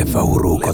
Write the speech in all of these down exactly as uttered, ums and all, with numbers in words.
Leffahuruukot.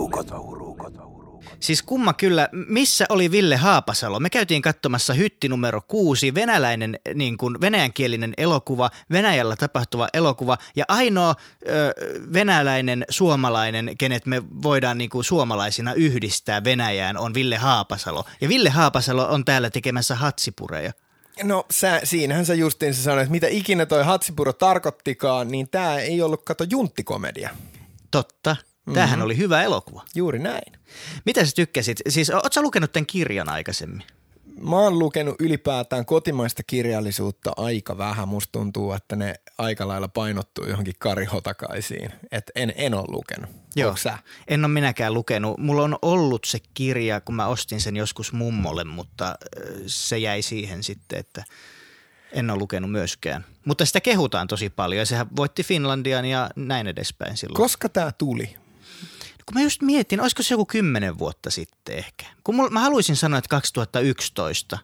Siis kumma kyllä, missä oli Ville Haapasalo? Me käytiin katsomassa Hytti numero kuusi, venäläinen, niin kuin venäjänkielinen elokuva, Venäjällä tapahtuva elokuva ja ainoa ö, venäläinen suomalainen, kenet me voidaan niin kuin suomalaisina yhdistää Venäjään, on Ville Haapasalo. Ja Ville Haapasalo on täällä tekemässä hatsipureja. No sä, siinähän sä justiin sä sanoit, että mitä ikinä toi hatsipuro tarkoittikaan, niin tää ei ollut kato junttikomedia. Totta. Tämähän mm-hmm. oli hyvä elokuva. Juuri näin. Mitä sä tykkäsit? Siis ootko sä lukenut tämän kirjan aikaisemmin? Mä oon lukenut ylipäätään kotimaista kirjallisuutta aika vähän. Musta tuntuu, että ne aika lailla painottuu johonkin Kari Hotakaisiin. Et en, en ole lukenut. Joo. Onko sä? En ole minäkään lukenut. Mulla on ollut se kirja, kun mä ostin sen joskus mummolle, mutta se jäi siihen sitten, että en ole lukenut myöskään. Mutta sitä kehutaan tosi paljon ja sehän voitti Finlandian ja näin edespäin silloin. Koska tää tuli? Kun mä just mietin, olisiko se joku kymmenen vuotta sitten ehkä. Kun mulla, mä haluaisin sanoa, että kaksituhattayksitoista.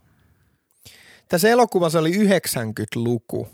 Tässä elokuvassa oli yhdeksänkymmentäluku.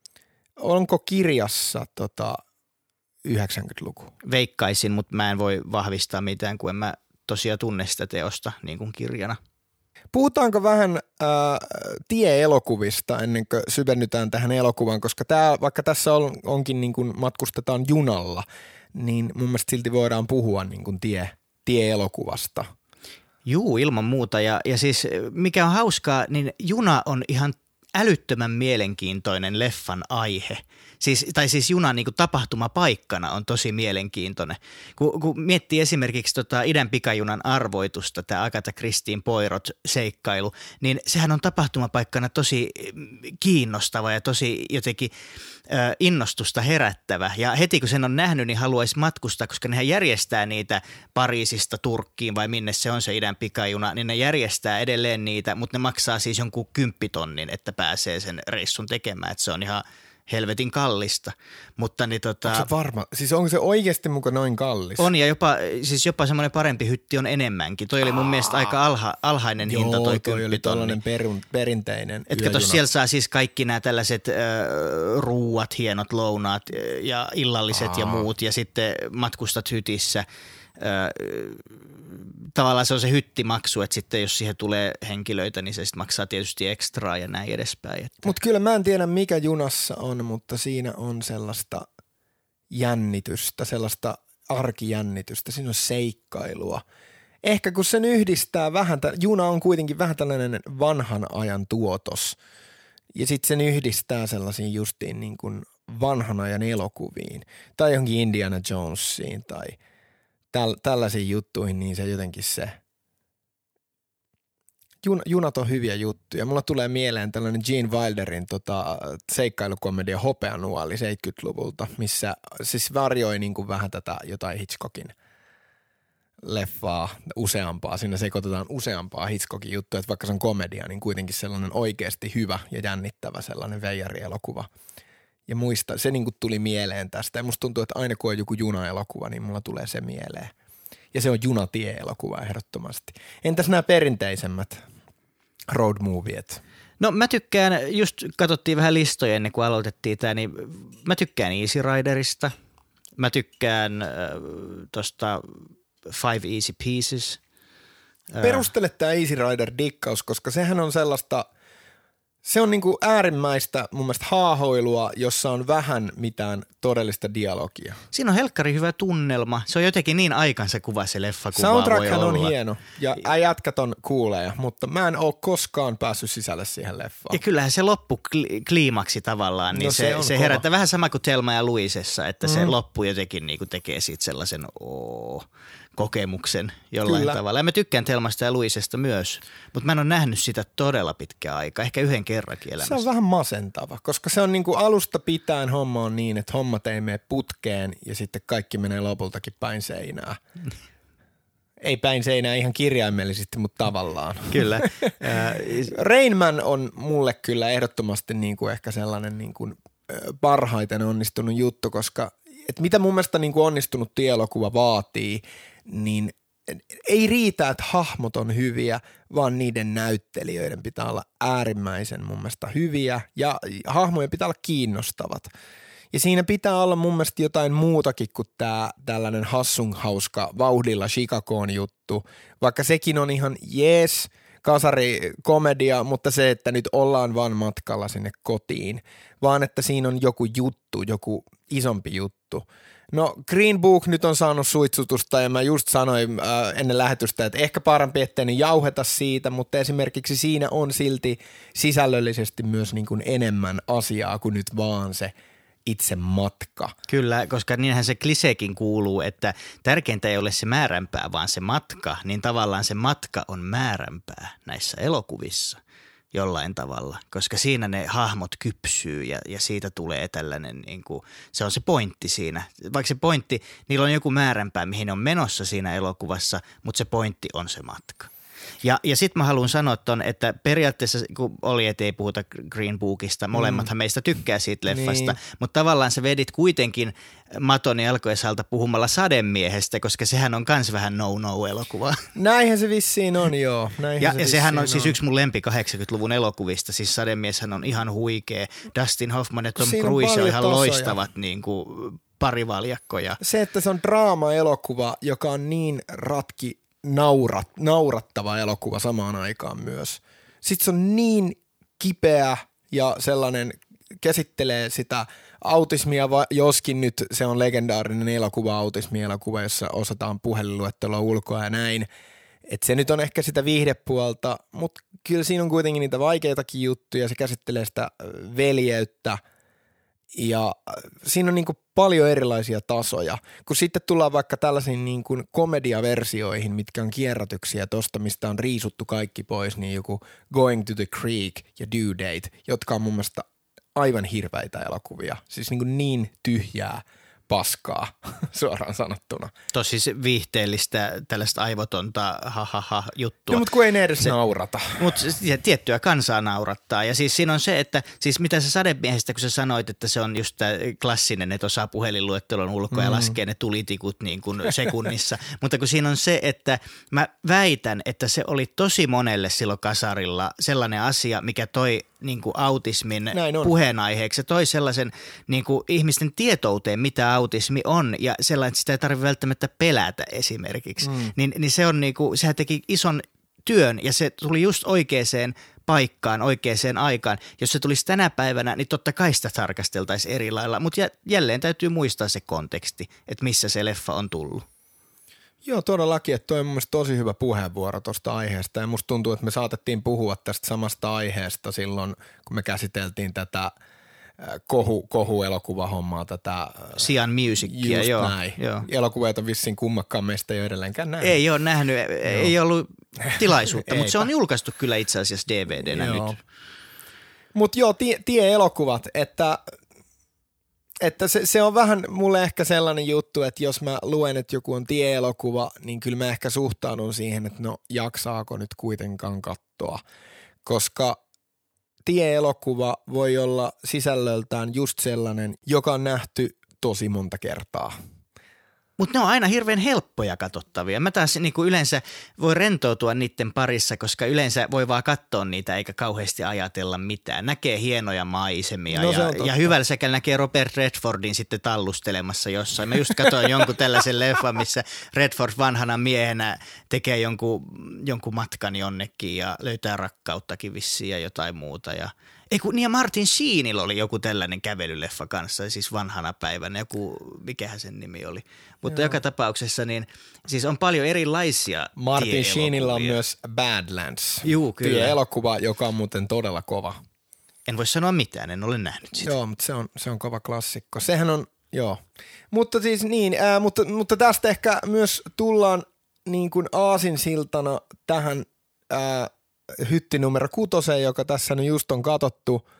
Onko kirjassa tota yhdeksänkymmentäluku? Veikkaisin, mutta mä en voi vahvistaa mitään, kun en mä tosiaan tunne sitä teosta niin kuin kirjana. Puhutaanko vähän äh, tie-elokuvista ennen kuin syvennytään tähän elokuvaan, koska tää, vaikka tässä on, onkin niin kuin matkustetaan junalla, niin mun mielestä silti voidaan puhua niin kuin tie, tie-elokuvasta. Juu, ilman muuta. Ja, ja siis mikä on hauskaa, niin juna on ihan älyttömän mielenkiintoinen leffan aihe. Siis, tai siis junan niin kuin tapahtumapaikkana on tosi mielenkiintoinen. Kun, kun miettii esimerkiksi tota idän pikajunan arvoitusta, tämä Agatha Christien Poirot-seikkailu, niin sehän on tapahtumapaikkana tosi kiinnostava ja tosi jotenkin äh, innostusta herättävä. Ja heti kun sen on nähnyt, niin haluaisi matkustaa, koska nehän järjestää niitä Pariisista Turkkiin vai minne se on se idän pikajuna, niin ne järjestää edelleen niitä, mutta ne maksaa siis jonkun kymppitonnin, että pääsee sen reissun tekemään, että se on ihan helvetin kallista, mutta niin tota... Onko se varma? Siis onko se oikeasti muka noin kallis? On ja jopa, siis jopa semmoinen parempi hytti on enemmänkin. Toi oli mun Aa, mielestä aika alha, alhainen joo, hinta toi kymppi tonni. Joo, toi oli tollainen perun, perinteinen että kato, siellä saa siis kaikki nämä tällaiset äh, ruuat, hienot lounaat ja illalliset Aa. ja muut ja sitten matkustat hytissä. Äh, tavallaan se on se hyttimaksu, että sitten jos siihen tulee henkilöitä, niin se sitten maksaa tietysti ekstraa ja näin edespäin. Että. Mutta kyllä mä en tiedä mikä junassa on, mutta siinä on sellaista jännitystä, sellaista arkijännitystä, siinä on seikkailua. Ehkä kun sen yhdistää vähän, juna on kuitenkin vähän tällainen vanhan ajan tuotos ja sitten sen yhdistää sellaisiin justiin niin kuin vanhan ajan elokuviin tai johonkin Indiana Jonesiin tai Täl, tällaisiin juttuihin, niin se jotenkin se, Jun, junat on hyviä juttuja. Mulla tulee mieleen tällainen Gene Wilderin tota, seikkailukomedia Hopeanuoli seitsemänkymmentäluvulta, missä siis varjoi niin kuin vähän tätä jotain Hitchcockin leffaa useampaa. Siinä sekoitetaan useampaa Hitchcockin juttuja, että vaikka se on komedia, niin kuitenkin sellainen oikeasti hyvä ja jännittävä sellainen veijärielokuva. Ja muista, se niin kuin tuli mieleen tästä. Ja musta tuntuu, että aina kun on joku juna-elokuva, niin mulla tulee se mieleen. Ja se on junatie-elokuva ehdottomasti. Entäs nämä perinteisemmät road moviet? No mä tykkään, just katsottiin vähän listoja ennen kuin aloitettiin tämä, niin mä tykkään Easy Riderista. Mä tykkään äh, tosta Five Easy Pieces. Perustele tämä Easy Rider-dikkaus, koska sehän on sellaista... Se on niin kuin äärimmäistä mun mielestä haahoilua, jossa on vähän mitään todellista dialogia. Siinä on helkkari hyvä tunnelma. Se on jotenkin niin aikansa kuva se leffa kuin Soundtrackhan on hieno ja äijätkät on kuuleja, mutta mä en ole koskaan päässyt sisälle siihen leffaan. Ja kyllähän se loppu kliimaksi tavallaan, niin no se, se, se herättää vähän sama kuin Thelma ja Louisessa, että mm. se loppu jotenkin niin kuin tekee siitä sellaisen oo, kokemuksen jollain Kyllä. tavalla. Ja mä tykkään Thelmasta ja Louisesta myös, mutta mä en ole nähnyt sitä todella pitkää aikaa, ehkä yhden kerrankin elämässä. Se on vähän masentava, koska se on niin kuin alusta pitäen homma on niin, että hommat ei mene putkeen ja sitten kaikki menee lopultakin päin seinää. Ei päin seinää ihan kirjaimellisesti, mutta tavallaan. Kyllä. Rain Man on mulle kyllä ehdottomasti niin kuin ehkä sellainen niin kuin parhaiten onnistunut juttu, koska että mitä mun mielestä niin kuin onnistunut tie-elokuva vaatii, niin ei riitä, että hahmot on hyviä, vaan niiden näyttelijöiden pitää olla äärimmäisen mun mielestä hyviä ja hahmojen pitää olla kiinnostavat. Ja siinä pitää olla mun mielestä jotain muutakin kuin tää tällainen hassun hauska vauhdilla Chicagoon juttu, vaikka sekin on ihan jees kasarikomedia, mutta se, että nyt ollaan vaan matkalla sinne kotiin, vaan että siinä on joku juttu, joku isompi juttu. No Green Book nyt on saanut suitsutusta ja mä just sanoin äh, ennen lähetystä, että ehkä parempi ettei nyt jauheta siitä, mutta esimerkiksi siinä on silti sisällöllisesti myös niin kuin enemmän asiaa kuin nyt vaan se itse matka. Kyllä, koska niinhän se kliseekin kuuluu, että tärkeintä ei ole se määränpää, vaan se matka, niin tavallaan se matka on määränpää näissä elokuvissa jollain tavalla, koska siinä ne hahmot kypsyy ja, ja siitä tulee tällainen, niin kuin, se on se pointti siinä. Vaikka se pointti, niillä on joku määränpää, mihin ne on menossa siinä elokuvassa, mutta se pointti on se matka. Ja, ja sitten mä haluan sanoa ton, että periaatteessa, kun oli, että ei puhuta Green Bookista, molemmathan mm. meistä tykkää siitä leffasta, niin. Mutta tavallaan sä vedit kuitenkin maton jalkoisalta puhumalla Sademiehestä, koska sehän on kans vähän no-no-elokuva. Näinhän se vissiin on, joo. Näinhän ja se ja sehän on, on siis yksi mun lempi kahdeksankymmentäluvun elokuvista, siis Sademieshän on ihan huikea. Dustin Hoffman ja Tom Cruise on, on ihan tasoja. Loistavat niin kuin parivaljakkoja. Se, että se on draama-elokuva, joka on niin ratki, Naurat, naurattava elokuva samaan aikaan myös. Sitten se on niin kipeä ja sellainen, käsittelee sitä autismia, joskin nyt se on legendaarinen elokuva, autismielokuva, jossa osataan puhelinluettelua ulkoa ja näin. Että se nyt on ehkä sitä viihdepuolta, mutta kyllä siinä on kuitenkin niitä vaikeitakin juttuja, se käsittelee sitä veljeyttä ja siinä on niin kuin paljon erilaisia tasoja, kun sitten tullaan vaikka tällaisiin niin kuin komediaversioihin, mitkä on kierrätyksiä tosta, mistä on riisuttu kaikki pois, niin joku Going to the Creek ja Due Date, jotka on mun mielestä aivan hirveitä elokuvia, siis niin kuin niin tyhjää paskaa suoraan sanottuna. Tosi viihteellistä, tällaista aivotonta ha-ha-ha juttua. No, mutta kun ei ne edes se, naurata. Mutta tiettyä kansaa naurattaa. Ja siis siinä on se, että siis mitä sä Sademiehestä, kun sä sanoit, että se on just tämä klassinen, että osaa puhelinluettelon ulkoa mm. ja laskee ne tulitikut niin kuin sekunnissa. Mutta kun siinä on se, että mä väitän, että se oli tosi monelle silloin kasarilla sellainen asia, mikä toi niin kuin autismin puheenaiheeksi. Se toi sellaisen niin kuin ihmisten tietouteen, mitä autismi on ja sellainen, että sitä ei tarvitse välttämättä pelätä esimerkiksi. Mm. Niin, niin se on niin kuin, sehän teki ison työn ja se tuli just oikeaan paikkaan, oikeaan aikaan. Jos se tulisi tänä päivänä, niin totta kai sitä tarkasteltaisiin eri lailla, mutta jälleen täytyy muistaa se konteksti, että missä se leffa on tullut. Joo, todellakin, että toi on mun mielestä tosi hyvä puheenvuoro tuosta aiheesta ja musta tuntuu, että me saatettiin puhua tästä samasta aiheesta silloin, kun me käsiteltiin tätä kohu, kohuelokuvahommaa, tätä Sian Musicia, joo. Näin. joo. Elokuvat on vissiin kummakkaan meistä ei ole edelleenkään nähnyt. Ei ole nähnyt, ei ollut tilaisuutta, mutta se on julkaistu kyllä itse asiassa D V D:nä nyt. Mutta joo, tie, tie-elokuvat, että Että se, se on vähän mulle ehkä sellainen juttu, että jos mä luen, että joku on tie-elokuva, niin kyllä mä ehkä suhtaudun siihen, että no jaksaako nyt kuitenkaan katsoa. Koska tie-elokuva voi olla sisällöltään just sellainen, joka on nähty tosi monta kertaa. Mutta ne on aina hirveän helppoja katsottavia. Mä taas niin kuin yleensä voi rentoutua niiden parissa, koska yleensä voi vaan katsoa niitä eikä kauheasti ajatella mitään. Näkee hienoja maisemia no, ja, ja hyvällä sekä näkee Robert Redfordin sitten tallustelemassa jossain. Mä just katsoin jonkun tällaisen leffan, missä Redford vanhana miehenä tekee jonkun, jonkun matkan jonnekin ja löytää rakkauttakin vissiin ja jotain muuta ja Ei kun, niin ja Martin Sheenillä oli joku tällainen kävelyleffa kanssa, siis vanhana päivänä, joku, mikähän sen nimi oli. Mutta Joo. joka tapauksessa niin, siis on paljon erilaisia Martin Sheenillä on myös Badlands. Juu, kyllä. Tie-elokuva, joka on muuten todella kova. En voi sanoa mitään, en ole nähnyt sitä. Joo, mutta se on, se on kova klassikko. Sehän on, joo. Mutta siis niin, ää, mutta, mutta tästä ehkä myös tullaan niin kuin aasinsiltana tähän ää, hytti numero kutoseen, joka tässä nyt just on katsottu.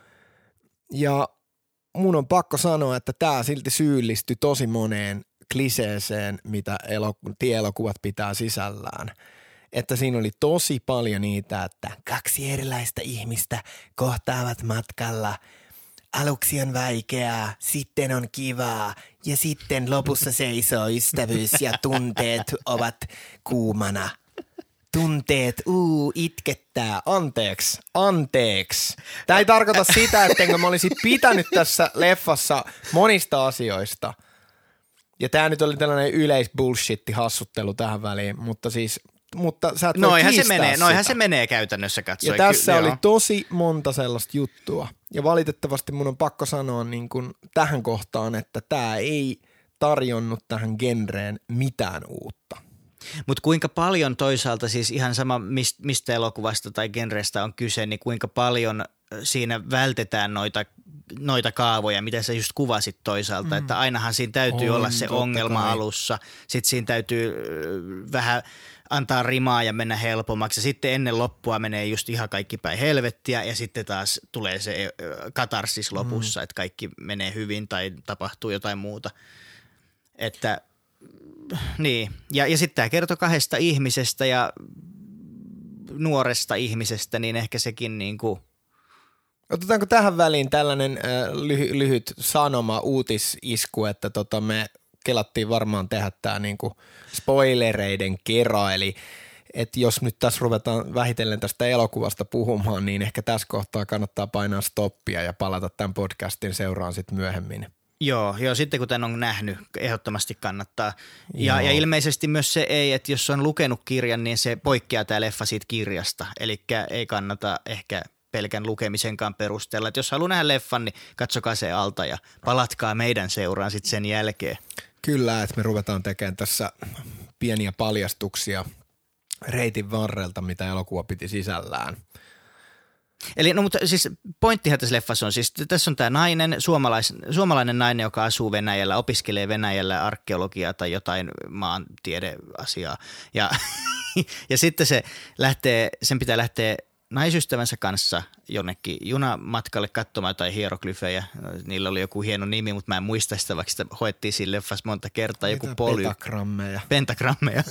Ja mun on pakko sanoa, että tää silti syyllistyi tosi moneen kliseeseen, mitä elo- tie-elokuvat pitää sisällään. Että siinä oli tosi paljon niitä, että kaksi erilaista ihmistä kohtaavat matkalla. Aluksi on vaikeaa, sitten on kivaa ja sitten lopussa seisoo ystävyys ja tunteet ovat kuumana. tunteet, uu, itkettää, anteeksi, anteeksi. Tämä ei tarkoita sitä, ettenkö mä olisi pitänyt tässä leffassa monista asioista. Ja tämä nyt oli tällainen yleisbullshitti hassuttelu tähän väliin, mutta siis, mutta sä et voi noihän se kiistää menee, sitä. noihän se menee käytännössä katsoen. Ja tässä Ky- oli joo. tosi monta sellaista juttua. Ja valitettavasti mun on pakko sanoa niin kuin tähän kohtaan, että tämä ei tarjonnut tähän genreen mitään uutta. Mutta kuinka paljon toisaalta siis ihan sama mistä elokuvasta tai genrestä on kyse, niin kuinka paljon siinä vältetään noita, noita kaavoja, mitä sä just kuvasit toisaalta, mm. että ainahan siinä täytyy on, olla se ongelma kai alussa, sitten siinä täytyy vähän antaa rimaa ja mennä helpommaksi ja sitten ennen loppua menee just ihan kaikki päin helvettiä ja sitten taas tulee se katarsis lopussa, mm. että kaikki menee hyvin tai tapahtuu jotain muuta, että niin, ja, ja sitten tämä kertoi kahdesta ihmisestä ja nuoresta ihmisestä, niin ehkä sekin niin kuin. Otetaanko tähän väliin tällainen äh, lyhy, lyhyt sanoma, uutisisku, että tota me kelattiin varmaan tehdä tämä niinku spoilereiden kera, eli että jos nyt tässä ruvetaan vähitellen tästä elokuvasta puhumaan, niin ehkä tässä kohtaa kannattaa painaa stoppia ja palata tämän podcastin seuraan sitten myöhemmin. Joo, joo, sitten kun tämän on nähnyt, ehdottomasti kannattaa. Ja, ja ilmeisesti myös se ei, että jos on lukenut kirjan, niin se poikkeaa tämä leffa siitä kirjasta. Eli ei kannata ehkä pelkän lukemisenkaan perusteella. Että jos haluaa nähdä leffan, niin katsokaa se alta ja palatkaa meidän seuraan sitten sen jälkeen. Kyllä, että me ruvetaan tekemään tässä pieniä paljastuksia reitin varrelta, mitä elokuva piti sisällään. Eli no mutta siis pointtihan tässä leffassa on, siis tässä on tämä nainen, suomalais, suomalainen nainen, joka asuu Venäjällä, opiskelee Venäjällä arkeologiaa tai jotain maantiedeasiaa ja, ja sitten se lähtee, sen pitää lähteä naisystävänsä kanssa jonnekin junamatkalle katsomaan jotain hieroglyfejä. Niillä oli joku hieno nimi, mutta mä en muista sitä, vaikka sitä hoettiin siinä leffassa monta kertaa. Joku poly. Pentagrammeja. Pentagrammeja.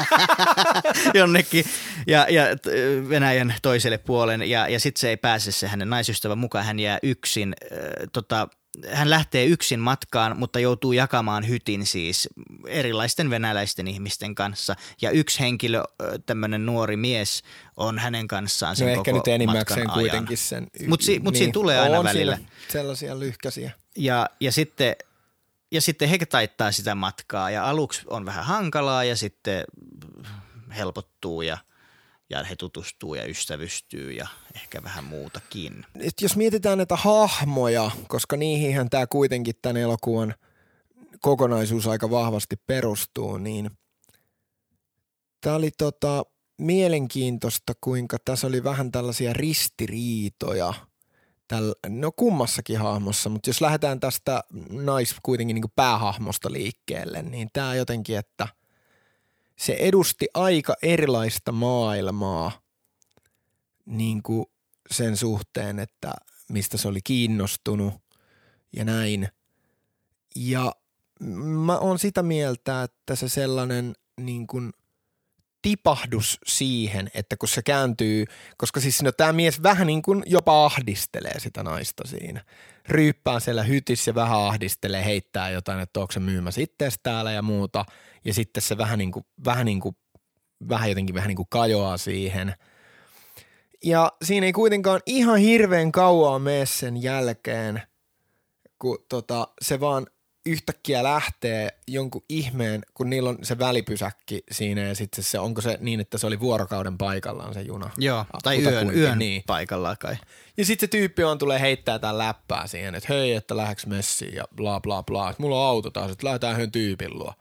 jonnekin ja, ja Venäjän toiselle puolen ja, ja sitten se ei pääse se hänen naisystävän mukaan. Hän jää yksin, äh, tota, hän lähtee yksin matkaan, mutta joutuu jakamaan hytin siis erilaisten venäläisten ihmisten kanssa. Ja yksi henkilö, tämmöinen nuori mies, on hänen kanssaan sen no koko ehkä nyt enimmäkseen matkan kuitenkin sen. Mutta si, mut niin, siinä tulee aina välillä. Sellaisia lyhkäisiä. Ja, ja sitten ja sitten he taittaa sitä matkaa ja aluksi on vähän hankalaa ja sitten helpottuu ja, ja he tutustuu ja ystävystyy ja ehkä vähän muutakin. Et jos mietitään näitä hahmoja, koska niihinhän tämä kuitenkin tämän elokuvan kokonaisuus aika vahvasti perustuu, niin tämä oli tota mielenkiintoista, kuinka tässä oli vähän tällaisia ristiriitoja. Tällä, no kummassakin hahmossa, mutta jos lähdetään tästä nais kuitenkin niin kuin päähahmosta liikkeelle, niin tämä jotenkin, että se edusti aika erilaista maailmaa niin kuin sen suhteen, että mistä se oli kiinnostunut ja näin. Ja mä oon sitä mieltä, että se sellainen niin kuin tipahdus siihen, että kun se kääntyy, koska siis no tämä mies vähän niin kuin jopa ahdistelee sitä naista siinä. Ryyppää siellä hytissä ja vähän ahdistelee, heittää jotain, että onko se myymässä ittees täällä ja muuta. Ja sitten se vähän niin kuin, vähän niin kuin, vähän jotenkin vähän niin kuin kajoaa siihen. Ja siinä ei kuitenkaan ihan hirveän kauaa mene sen jälkeen, kun tota, se vaan yhtäkkiä lähtee jonkun ihmeen, kun niillä on se välipysäkki siinä ja sitten se, onko se niin, että se oli vuorokauden paikallaan se juna. Joo, tai yön, yön niin. Paikallaan kai. Ja sitten se tyyppi on tulee heittää tämän läppää siihen, että hei, että lähdeks messiin ja bla bla bla. Että mulla on auto taas, että lähdetään yhden tyypin luo.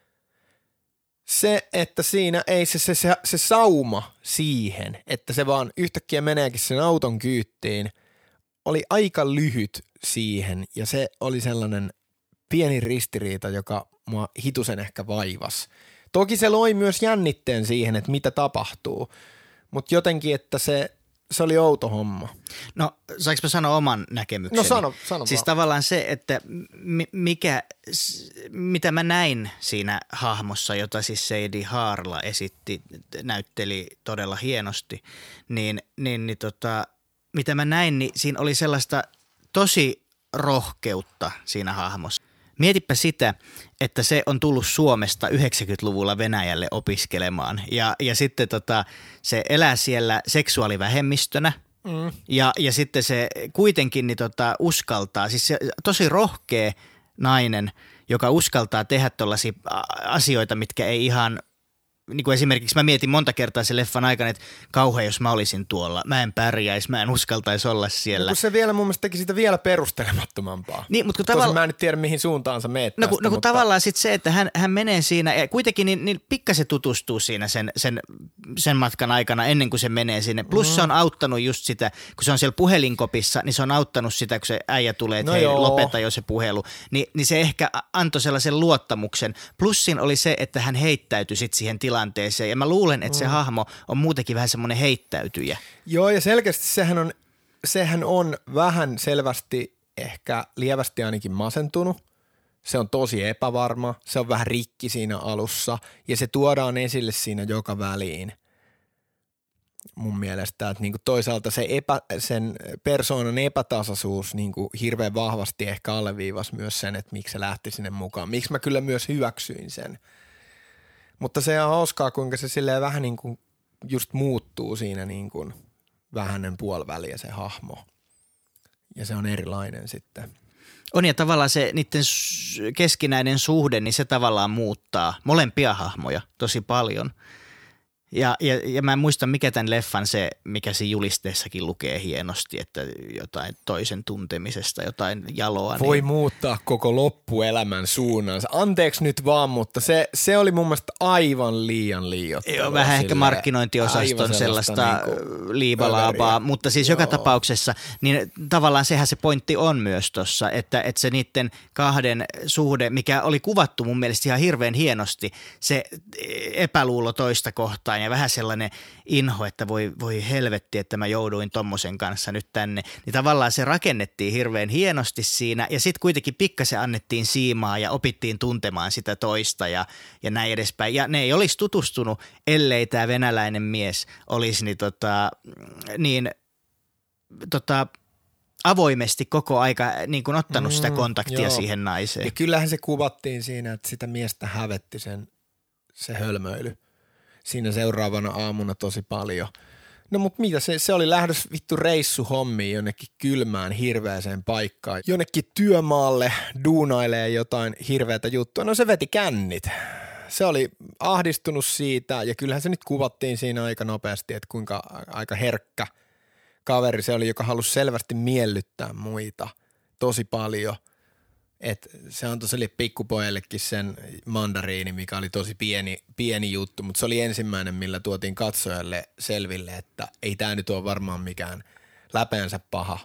Se, että siinä ei se, se, se, se sauma siihen, että se vaan yhtäkkiä meneekin sen auton kyyttiin, oli aika lyhyt siihen ja se oli sellainen pieni ristiriita, joka mua hitusen ehkä vaivasi. Toki se loi myös jännitteen siihen, että mitä tapahtuu, mutta jotenkin, että se, se oli outo homma. No, saanko mä sanoa oman näkemykseni? No sano, sano Siis vaan. tavallaan se, että mikä, mitä mä näin siinä hahmossa, jota siis Sadie Harla esitti, näytteli todella hienosti, niin, niin, niin tota, mitä mä näin, niin siinä oli sellaista tosi rohkeutta siinä hahmossa. Mietipä sitä, että se on tullut Suomesta yhdeksänkymmentäluvulla Venäjälle opiskelemaan ja, ja sitten tota, se elää siellä seksuaalivähemmistönä mm. ja, ja sitten se kuitenkin niin tota, uskaltaa, siis se tosi rohkea nainen, joka uskaltaa tehdä tuollaisia asioita, mitkä ei ihan – niin kuin esimerkiksi mä mietin monta kertaa sen leffan aikana, että kauhean jos mä olisin tuolla, mä en pärjäisi, mä en uskaltaisi olla siellä. No kun se vielä mun mielestä teki sitä vielä perustelemattomampaa. Niin, mutta kun Tosin tavalla... mä en nyt tiedä mihin suuntaan sä meet No, tästä, no kun mutta... tavallaan sitten se, että hän, hän menee siinä ja kuitenkin niin, niin pikkasen tutustuu siinä sen, sen, sen matkan aikana ennen kuin se menee sinne. Plus mm. se on auttanut just sitä, kun se on siellä puhelinkopissa, niin se on auttanut sitä, kun se äijä tulee, että no hei joo. lopeta jo se puhelu. Ni, niin se ehkä antoi sellaisen luottamuksen. Plussin oli se, että hän heittäytyi sitten siihen tilanteeseen ja mä luulen, että se mm. hahmo on muutenkin vähän semmoinen heittäytyjä. Joo, ja selkeästi sehän on, sehän on vähän selvästi ehkä lievästi ainakin masentunut. Se on tosi epävarma, se on vähän rikki siinä alussa ja se tuodaan esille siinä joka väliin. Mun mielestä, että niinku toisaalta se epä, sen persoonan epätasaisuus niinku hirveän vahvasti ehkä alleviivasi myös sen, että miksi se lähti sinne mukaan. Miksi mä kyllä myös hyväksyin sen. Mutta se on hauskaa, kuinka se silleen vähän niin kuin just muuttuu siinä niin kuin vähänen puoliväliä se hahmo. Ja se on erilainen sitten. On ja tavallaan se niiden keskinäinen suhde, niin se tavallaan muuttaa molempia hahmoja tosi paljon. Ja, ja, ja mä en muista, mikä tämän leffan se, mikä siinä julisteessakin lukee hienosti, että jotain toisen tuntemisesta, jotain jaloa. Voi niin... muuttaa koko loppuelämän suunnansa. Anteeksi nyt vaan, mutta se, se oli mun mielestä aivan liian liioittelua. Joo, vähän ehkä markkinointiosaston sellaista niin liibalaapaa, mutta siis Joo. joka tapauksessa, niin tavallaan sehän se pointti on myös tossa, että, että se niiden kahden suhde, mikä oli kuvattu mun mielestä ihan hirveän hienosti, se epäluulo toista kohtaan, ja vähän sellainen inho, että voi, voi helvetti, että mä jouduin tommosen kanssa nyt tänne. Niin tavallaan se rakennettiin hirveän hienosti siinä ja sitten kuitenkin pikkasen annettiin siimaa ja opittiin tuntemaan sitä toista ja, ja näin edespäin. Ja ne ei olisi tutustunut, ellei tämä venäläinen mies olisi niin, tota, niin tota, avoimesti koko aika niin kuin ottanut mm, sitä kontaktia joo. siihen naiseen. Ja kyllähän se kuvattiin siinä, että sitä miestä hävetti sen, se hölmöily. Siinä seuraavana aamuna tosi paljon. No mutta mitä, se, se oli lähdössä vittu reissuhommiin jonnekin kylmään hirveäseen paikkaan. Jonnekin työmaalle duunailee jotain hirveätä juttua. No se veti kännit. Se oli ahdistunut siitä ja kyllähän se nyt kuvattiin siinä aika nopeasti, että kuinka aika herkkä kaveri se oli, joka halusi selvästi miellyttää muita tosi paljon. Että se antoi sille pikkupojallekin sen mandariini, mikä oli tosi pieni, pieni juttu, mutta se oli ensimmäinen, millä tuotiin katsojalle selville, että ei tämä nyt ole varmaan mikään läpeensä paha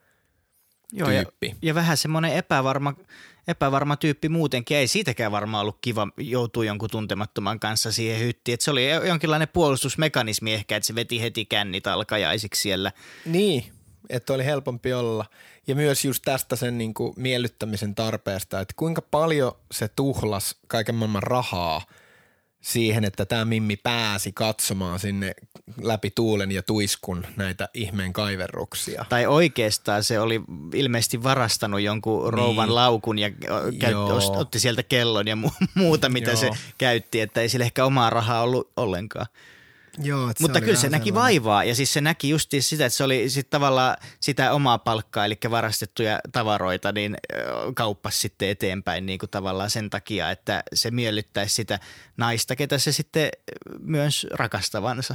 Joo, tyyppi. Ja, ja vähän semmoinen epävarma, epävarma tyyppi muutenkin. Ei siitäkään varmaan ollut kiva joutua jonkun tuntemattoman kanssa siihen hyttiin. Et se oli jonkinlainen puolustusmekanismi ehkä, että se veti heti kännit alkajaisiksi siellä. Niin, että oli helpompi olla. Ja myös just tästä sen niin kuin miellyttämisen tarpeesta, että kuinka paljon se tuhlas kaiken maailman rahaa siihen, että tämä Mimmi pääsi katsomaan sinne läpi tuulen ja tuiskun näitä ihmeen kaiverruksia. Tai oikeastaan se oli ilmeisesti varastanut jonkun niin. rouvan laukun ja käy, otti sieltä kellon ja muuta, mitä Joo. se käytti, että ei sillä ehkä omaa rahaa ollut ollenkaan. Joo, mutta kyllä se sellainen. näki vaivaa ja siis se näki just sitä, että se oli sit tavallaan sitä omaa palkkaa, eli varastettuja tavaroita, niin kauppasi sitten eteenpäin niin kuin tavallaan sen takia, että se miellyttäisi sitä naista, ketä se sitten myös rakastavansa.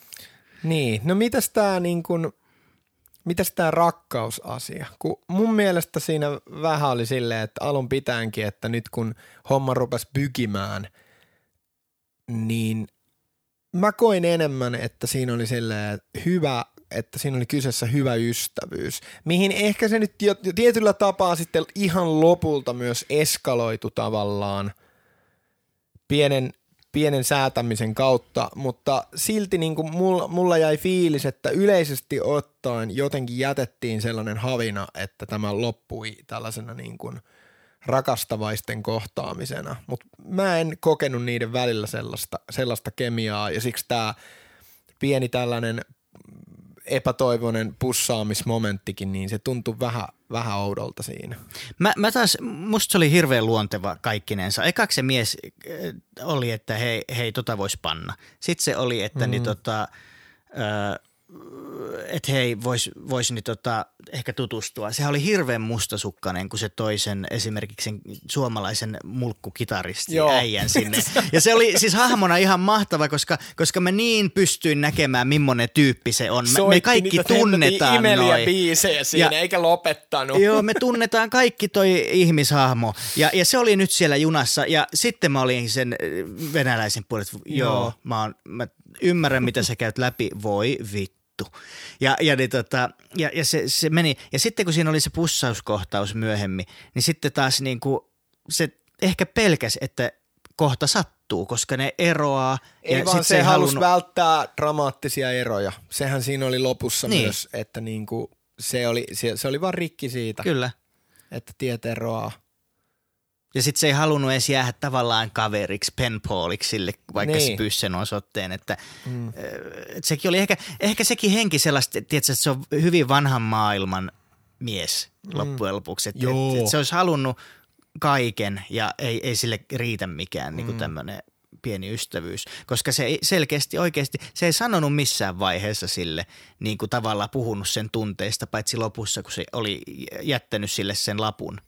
Niin, no mitäs tämä niin kuin, mitäs tämä rakkausasia? Kun mun mielestä siinä vähän oli silleen, että alun pitäenkin, että nyt kun homma rupesi bygimään, niin – mä koin enemmän, että siinä oli silleen hyvä, että siinä oli kyseessä hyvä ystävyys, mihin ehkä se nyt tietyllä tapaa sitten ihan lopulta myös eskaloitu tavallaan pienen, pienen säätämisen kautta, mutta silti niin kuin mulla, mulla jäi fiilis, että yleisesti ottaen jotenkin jätettiin sellainen havina, että tämä loppui tällaisena niin kuin rakastavaisten kohtaamisena, mutta mä en kokenut niiden välillä sellaista, sellaista kemiaa ja siksi tämä pieni tällainen epätoivoinen pussaamismomenttikin, niin se tuntui vähän vähän oudolta siinä. Mä, mä taas, musta se oli hirveän luonteva kaikkinensa. Ekaksi se mies oli, että hei, hei tota vois panna. Sitten se oli, että mm. niin tota, ö, että hei, vois, vois niin tota, ehkä tutustua. Sehän oli hirveän mustasukkainen, kun se toi sen esimerkiksi sen suomalaisen mulkkukitaristin Joo. äijän sinne. Ja se oli siis hahmona ihan mahtava, koska, koska mä niin pystyin näkemään, millainen tyyppi se on. Me, me kaikki tunnetaan imeliä noi. biisejä siinä, ja, eikä lopettanut. Joo, me tunnetaan kaikki toi ihmishahmo. Ja, ja se oli nyt siellä junassa. Ja sitten mä olin sen venäläisen puolesta, joo, joo mä, oon, mä ymmärrän, mitä sä käyt läpi, voi vittu. Ja, ja, niin tota, ja, ja se, se meni. Ja sitten kun siinä oli se pussauskohtaus myöhemmin, niin sitten taas niin kuin se ehkä pelkäs, että kohta sattuu, koska ne eroaa. Ei ja vaan sit se, se halusi halunnut välttää dramaattisia eroja. Sehän siinä oli lopussa niin. myös, että niinku se, oli, se, se oli vaan rikki siitä, Kyllä. että tiet eroaa. Ja sitten se ei halunnut edes jäädä tavallaan kaveriksi, penpaaliksi sille, vaikka niin. se pyssen osoitteen, että mm. et sekin oli ehkä, ehkä sekin henki sellaista, tiedätkö, että se on hyvin vanhan maailman mies mm. loppujen lopuksi, että et, et se olisi halunnut kaiken ja ei, ei sille riitä mikään mm. niin kuin tämmöinen pieni ystävyys, koska se ei selkeästi oikeasti, se ei sanonut missään vaiheessa sille niin kuin tavallaan puhunut sen tunteista, paitsi lopussa, kun se oli jättänyt sille sen lapun.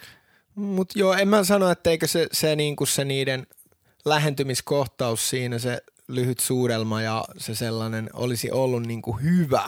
Mutta joo, en mä sano, että eikö se, se, niinku se niiden lähentymiskohtaus siinä, se lyhyt suudelma ja se sellainen olisi ollut niinku hyvä,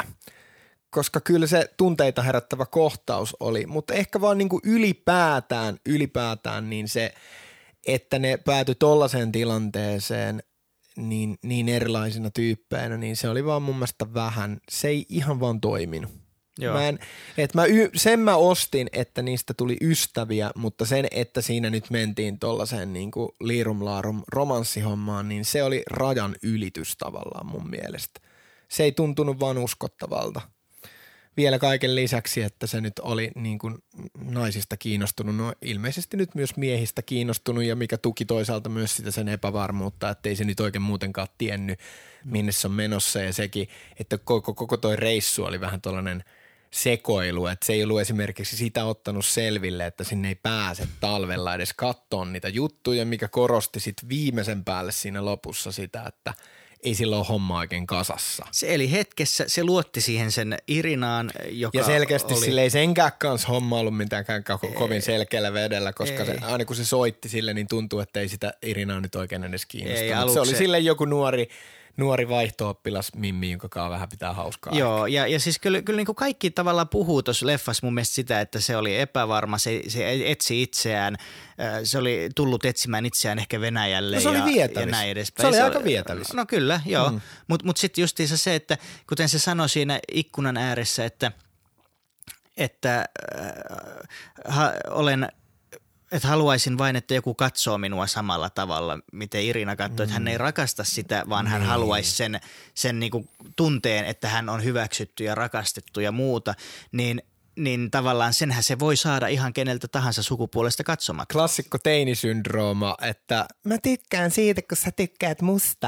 koska kyllä se tunteita herättävä kohtaus oli, mutta ehkä vaan niinku ylipäätään, ylipäätään niin se, että ne päätyi tollaiseen tilanteeseen niin, niin erilaisina tyyppeinä, niin se oli vaan mun mielestä vähän, se ei ihan vaan toiminut. Mä en, et mä y, sen mä ostin, että niistä tuli ystäviä, mutta sen, että siinä nyt mentiin tollaiseen niinku liirumlaarum romanssihommaan, niin se oli rajan ylitys tavallaan mun mielestä. Se ei tuntunut vaan uskottavalta. Vielä kaiken lisäksi, että se nyt oli niin kuin naisista kiinnostunut, no ilmeisesti nyt myös miehistä kiinnostunut ja mikä tuki toisaalta myös sitä sen epävarmuutta, että ei se nyt oikein muutenkaan tiennyt, minne se on menossa ja sekin, että koko, koko toi reissu oli vähän tollainen sekoilu, että se ei ollut esimerkiksi sitä ottanut selville, että sinne ei pääse talvella edes kattoon niitä juttuja, mikä korosti sitten viimeisen päälle siinä lopussa sitä, että ei sillä ole homma oikein kasassa. Se eli hetkessä, se luotti siihen sen Irinaan, joka ja selkeästi oli sille ei senkään kanssa homma ollut mitenkään ko- kovin selkeällä vedellä, koska se, aina kun se soitti sille, niin tuntuu, että ei sitä Irinaa nyt oikein edes kiinnostanut. Se oli sille joku nuori, nuori vaihto-oppilas Mimmi, jonka kanssa vähän pitää hauskaa. Joo, ja, ja siis kyllä, kyllä niin kuin kaikki tavallaan puhuu tuossa leffassa mun mielestä sitä, että se oli epävarma, se, se etsi itseään, se oli tullut etsimään itseään ehkä Venäjälle no, se ja, oli ja näin edespäin. Se oli se aika vietävis. No kyllä, joo, mm. mutta mut sitten justiinsa se, että kuten se sanoi siinä ikkunan ääressä, että, että äh, ha, olen – että haluaisin vain, että joku katsoo minua samalla tavalla, miten Irina katsoo, mm. että hän ei rakasta sitä, vaan mm. hän haluaisi sen, sen niinku tunteen, että hän on hyväksytty ja rakastettu ja muuta, niin, niin tavallaan senhän se voi saada ihan keneltä tahansa sukupuolesta katsomatta. Klassikko teinisyndrooma, että mä tykkään siitä, kun sä tykkäät musta.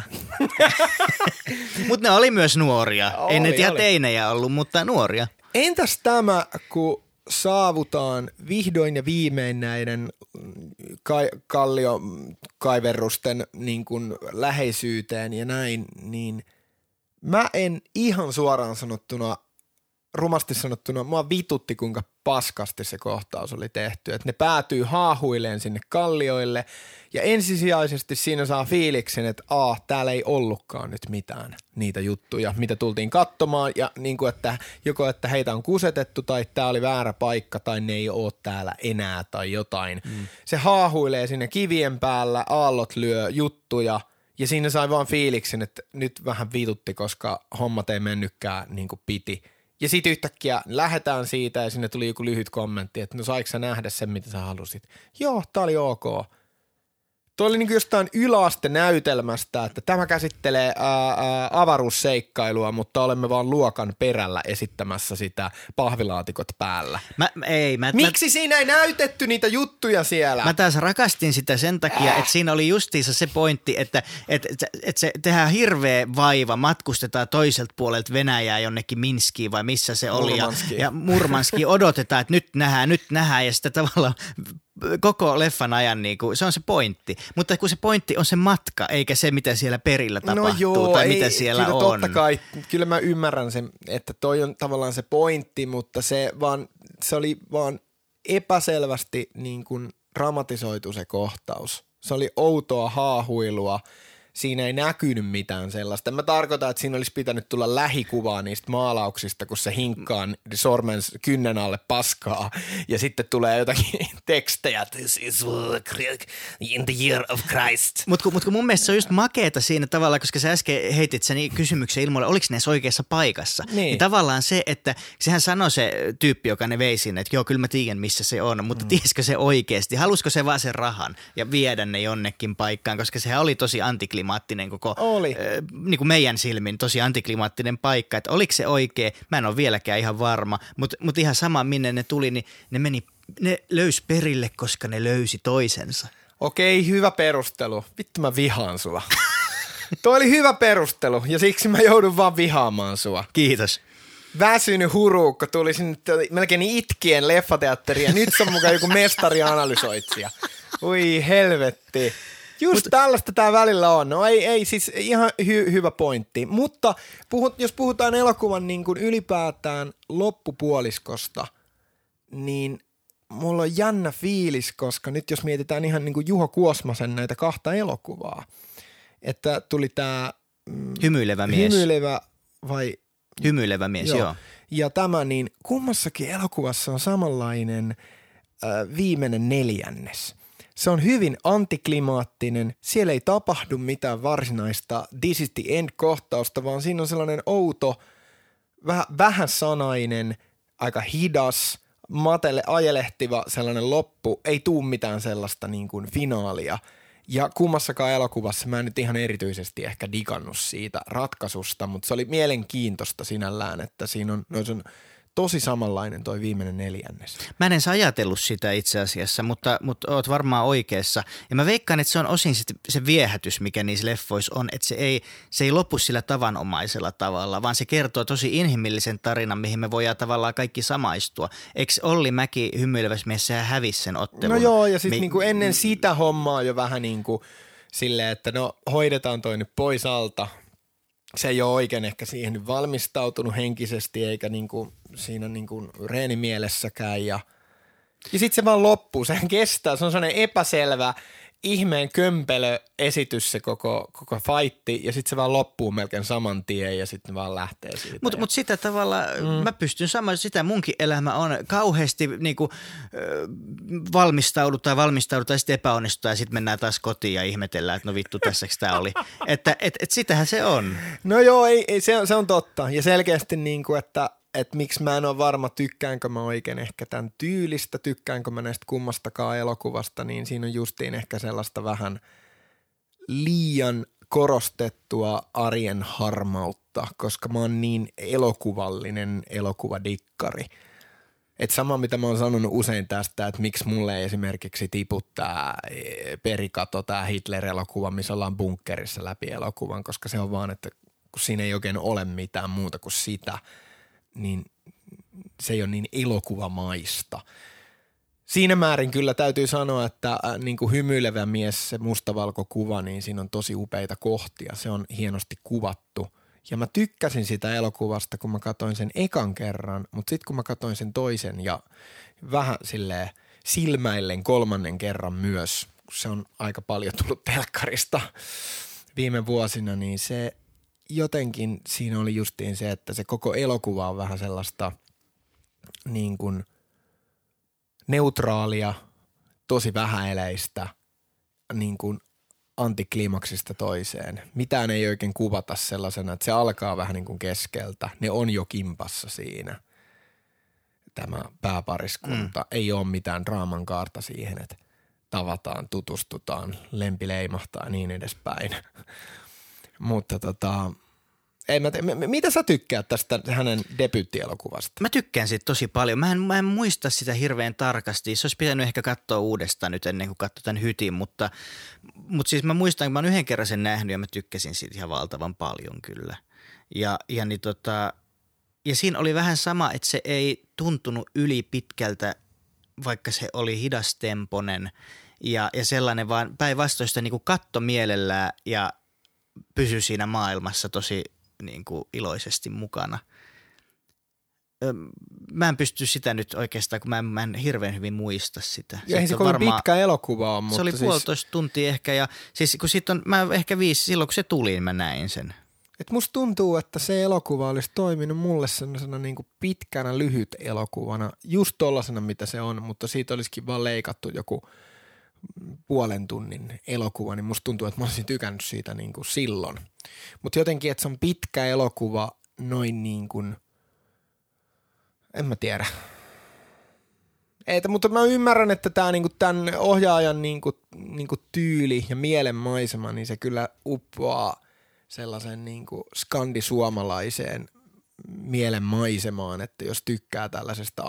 Mutta ne oli myös nuoria, oli, ei ne ihan oli. teinejä ollut, mutta nuoria. Entäs tämä, kun saavutaan vihdoin ja viimein näiden ka- kalliokaiverrusten niin kuin läheisyyteen ja näin, niin mä en ihan suoraan sanottuna, rumasti sanottuna, mua vitutti kuinka paskasti se kohtaus oli tehty, että ne päätyy haahuileen sinne kallioille ja ensisijaisesti siinä saa fiiliksen, että a, täällä ei ollutkaan nyt mitään niitä juttuja, mitä tultiin katsomaan ja niin kuin, että joko että heitä on kusetettu tai tää oli väärä paikka tai ne ei ole täällä enää tai jotain. Mm. Se haahuilee sinne kivien päällä, aallot lyö juttuja ja siinä sai vaan fiiliksen, että nyt vähän vitutti, koska hommat ei mennytkään niin kuin piti. Ja sitten yhtäkkiä lähdetään siitä ja sinne tuli joku lyhyt kommentti, että no saiko sä nähdä sen, mitä sä halusit? Joo, tää oli ok. Tuo oli niin kuin jostain yläastenäytelmästä, että tämä käsittelee ää, ää, avaruusseikkailua, mutta olemme vaan luokan perällä esittämässä sitä pahvilaatikot päällä. Mä, ei, mä, Miksi mä, siinä ei näytetty niitä juttuja siellä? Mä taas rakastin sitä sen takia, että siinä oli justiinsa se pointti, että, että, että, että se tehdään hirveä vaiva, matkustetaan toiselta puolelta Venäjää jonnekin Minskiin vai missä se oli. Murmanskiin. Ja, ja Murmanskiin odotetaan, että nyt nähdään, nyt nähdään ja sitten tavallaan koko leffan ajan, niin kuin, se on se pointti. Mutta kun se pointti on se matka, eikä se, mitä siellä perillä tapahtuu no joo, tai ei, mitä siellä kyllä on. Totta kai, kyllä mä ymmärrän sen, että toi on tavallaan se pointti, mutta se, vaan, se oli vaan epäselvästi niin kuin dramatisoitu se kohtaus. Se oli outoa haahuilua. Siinä ei näkynyt mitään sellaista. Mä tarkoitan, että siinä olisi pitänyt tulla lähikuvaa niistä maalauksista, kun se hinkkaa sormen kynnen alle paskaa ja sitten tulee jotakin tekstejä. This is in the year of Christ. Mutta kun, mut kun mun mielestä se on just makeeta siinä tavallaan, koska sä äsken heitit sen kysymyksen ilmoille, oliko ne oikeassa paikassa. Niin. niin tavallaan se, että sehän sanoi se tyyppi, joka ne vei sinne, että joo, kyllä mä tiedän, missä se on, mutta mm. tiesikö se oikeasti? Halusiko se vaan sen rahan ja viedä ne jonnekin paikkaan, koska sehän oli tosi antiklimaattinen koko, oli. Äh, niin kuin meidän silmin, tosi antiklimaattinen paikka, että oliko se oikea, mä en ole vieläkään ihan varma, mutta mut ihan sama minne ne tuli, niin ne meni, ne löysi perille, koska ne löysi toisensa. Okei, hyvä perustelu. Vittu mä vihaan sua. Toi oli hyvä perustelu ja siksi mä joudun vaan vihaamaan sua. Kiitos. Väsynyt huruukko tuli sinne melkein itkien leffateatteriin ja nyt se on mukaan joku mestarianalysoitsija. Ui helvetti. Just Mut, tällaista tää välillä on. No ei, ei siis ihan hy- hyvä pointti. Mutta puhut, jos puhutaan elokuvan niin kuin ylipäätään loppupuoliskosta, niin mulla on jännä fiilis, koska nyt jos mietitään ihan niin kuin Juho Kuosmasen näitä kahta elokuvaa, että tuli tää mm, Hymyilevä mies. Hymyilevä vai? Hymyilevä mies, joo. joo. Ja tämä, niin kummassakin elokuvassa on samanlainen äh, viimeinen neljännes. Se on hyvin antiklimaattinen, siellä ei tapahdu mitään varsinaista this is the end-kohtausta, vaan siinä on sellainen outo, väh, vähän sanainen, aika hidas, matelle ajelehtiva sellainen loppu, ei tuu mitään sellaista niin kuin finaalia. Ja kummassakaan elokuvassa mä en nyt ihan erityisesti ehkä digannut siitä ratkaisusta, mutta se oli mielenkiintoista sinällään, että siinä on, no se on tosi samanlainen toi viimeinen neljännes. Mä en edes ajatellut sitä itse asiassa, mutta, mutta oot varmaan oikeassa. Ja mä veikkaan, että se on osin se viehätys, mikä niissä leffoissa on, että se ei, se ei lopu sillä tavanomaisella tavalla, vaan se kertoo tosi inhimillisen tarinan, mihin me voidaan tavallaan kaikki samaistua. Eikö Olli Mäki hymyilevässä mies, sehän hävisi sen ottelun? No joo, ja sitten Mi- niinku ennen sitä hommaa jo vähän niin kuin silleen, että no hoidetaan toi nyt pois alta. Se ei ole oikein ehkä siihen nyt valmistautunut henkisesti eikä niinku siinä niinku reenimielessäkään. Ja, ja sitten se vaan loppuu, sehän kestää, se on sellainen epäselvä, ihmeen kömpelö esitys se koko, koko fightti ja sitten se vaan loppuu melkein saman tien ja sitten vaan lähtee siitä. Mutta ja... mut sitä tavalla mm. mä pystyn samaan, sitä munkin elämä on kauheasti niinku, äh, valmistaudutaan, valmistaudutaan ja sitten epäonnistutaan ja sitten mennään taas kotiin ja ihmetellään, että no vittu tässäks tää oli. Että et, et sitähän se on. No joo, ei, ei, se, on, se on totta ja selkeästi niinku, että että miksi mä en ole varma, tykkäänkö mä oikein ehkä tämän tyylistä, tykkäänkö mä näistä kummastakaan elokuvasta, niin siinä on justiin ehkä sellaista vähän liian korostettua arjen harmautta, koska mä oon niin elokuvallinen elokuvadikkari. Että sama mitä mä oon sanonut usein tästä, että miksi mulle esimerkiksi tiputtaa perikato, tää Hitler-elokuva, missä ollaan bunkkerissa läpi elokuvan, koska se on vaan, että kun siinä ei oikein ole mitään muuta kuin sitä, niin se ei ole niin elokuvamaista. Siinä määrin kyllä täytyy sanoa, että äh, niin kuin hymyilevä mies, se mustavalkokuva, niin siinä on tosi upeita kohtia. Se on hienosti kuvattu. Ja mä tykkäsin sitä elokuvasta, kun mä katsoin sen ekan kerran, mutta sitten kun mä katsoin sen toisen ja vähän silleen silmäillen kolmannen kerran myös, kun se on aika paljon tullut telkkarista viime vuosina, niin se jotenkin siinä oli justiin se, että se koko elokuva on vähän sellaista niin kuin neutraalia, tosi vähäeleistä, niin kuin antikliimaksista toiseen. Mitään ei oikein kuvata sellaisena, että se alkaa vähän niin kuin keskeltä. Ne on jo kimpassa siinä. Tämä pääpariskunta. Mm. Ei ole mitään draaman kaarta siihen, että tavataan, tutustutaan, lempi leimahtaa ja niin edespäin. Mutta tota, ei mä te- mitä sä tykkäät tästä hänen debyyttielokuvasta? Mä tykkään siitä tosi paljon. Mä en, mä en muista sitä hirveän tarkasti. Se olisi pitänyt ehkä katsoa uudestaan nyt ennen kuin katsoin tämän hytin, mutta, mutta siis mä muistan, että mä oon yhden kerran sen nähnyt ja mä tykkäsin siitä ihan valtavan paljon kyllä. Ja, ja, niin tota, ja siinä oli vähän sama, että se ei tuntunut yli pitkältä, vaikka se oli hidastemponen ja, ja sellainen, vaan päinvastoin sitä niin kuin katto mielellään ja pysyi siinä maailmassa tosi niin kuin iloisesti mukana. Mä en pysty sitä nyt oikeastaan, kun mä en, mä en hirveän hyvin muista sitä. Ja ei se kovin varmaan pitkä elokuva on, mutta se oli siis puolitoista tuntia ehkä ja siis kun sit on, mä ehkä viisi, silloin kun se tuli, niin mä näin sen. Et musta tuntuu, että se elokuva olisi toiminut mulle sellaisena niin kuin pitkänä lyhyt elokuvana, just tollasena mitä se on, mutta siitä olisikin vaan leikattu joku puolen tunnin elokuva, niin musta tuntuu, että mä olisin tykännyt siitä niin kuin silloin. Mutta jotenkin, että se on pitkä elokuva noin niin kuin, en mä tiedä. Ei, mutta mä ymmärrän, että tää niinku tämän ohjaajan niinku, niinku tyyli ja mielenmaisema, niin se kyllä uppoaa sellaisen niinku skandisuomalaiseen mielenmaisemaan, että jos tykkää tällaisesta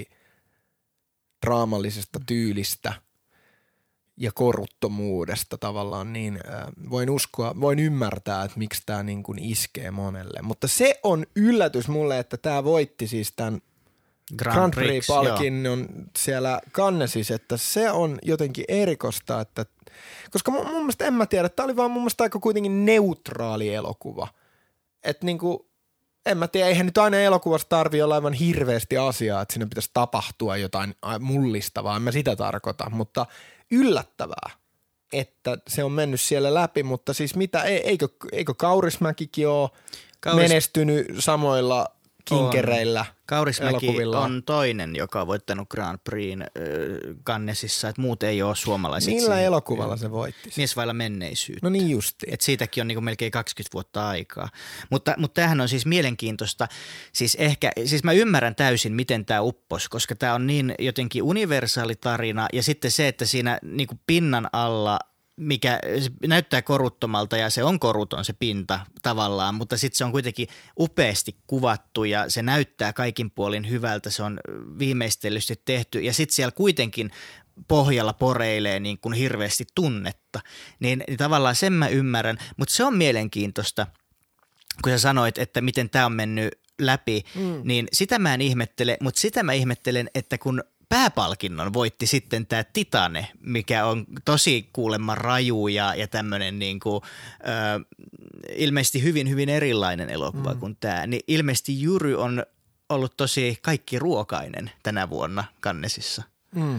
arkidraamallisesta tyylistä ja koruttomuudesta tavallaan, niin äh, voin uskoa, voin ymmärtää, että miksi tämä niin kuin iskee monelle. Mutta se on yllätys mulle, että tämä voitti siis tämän Grand, Grand Prix-palkinnon siellä Cannesissa, että se on jotenkin erikoista, että koska mun, mun mielestä en mä tiedä, tämä oli vaan mun mielestä aika kuitenkin neutraali elokuva. Että niin kuin, en mä tiedä, eihän nyt aina elokuvassa tarvii olla aivan hirveästi asiaa, että siinä pitäisi tapahtua jotain mullistavaa, en mä sitä tarkoita, mutta yllättävää, että se on mennyt siellä läpi, mutta siis mitä, eikö, eikö Kaurismäkikin ole Kauris... menestynyt samoilla kinkereillä Kaurismäki elokuvilla on toinen, joka on voittanut Grand Prixin äh, Cannesissa, että muut ei ole suomalaiset. Millä siihen elokuvalla se voitti? Mies vailla menneisyyttä. No niin justiin. Et siitäkin on niinku melkein kaksikymmentä vuotta aikaa. Mutta, mutta tämähän on siis mielenkiintoista. Siis ehkä, siis mä ymmärrän täysin, miten tämä uppos, koska tämä on niin jotenkin universaali tarina ja sitten se, että siinä niinku pinnan alla – mikä näyttää koruttomalta ja se on koruton se pinta tavallaan, mutta sitten se on kuitenkin upeasti kuvattu ja se näyttää kaikin puolin hyvältä, se on viimeistellysti tehty ja sitten siellä kuitenkin pohjalla poreilee niin kuin hirveästi tunnetta, niin, niin tavallaan sen mä ymmärrän, mutta se on mielenkiintoista, kun sä sanoit, että miten tämä on mennyt läpi, mm. niin sitä mä en ihmettele, mutta sitä mä ihmettelen, että kun pääpalkinnon voitti sitten tämä Titane, mikä on tosi kuulemma raju ja, ja tämmöinen niinku, ö, ilmeisesti hyvin, hyvin erilainen elokuva mm. kuin tämä. Niin ilmeisesti Jury on ollut tosi kaikki ruokainen tänä vuonna Cannesissa. Mm.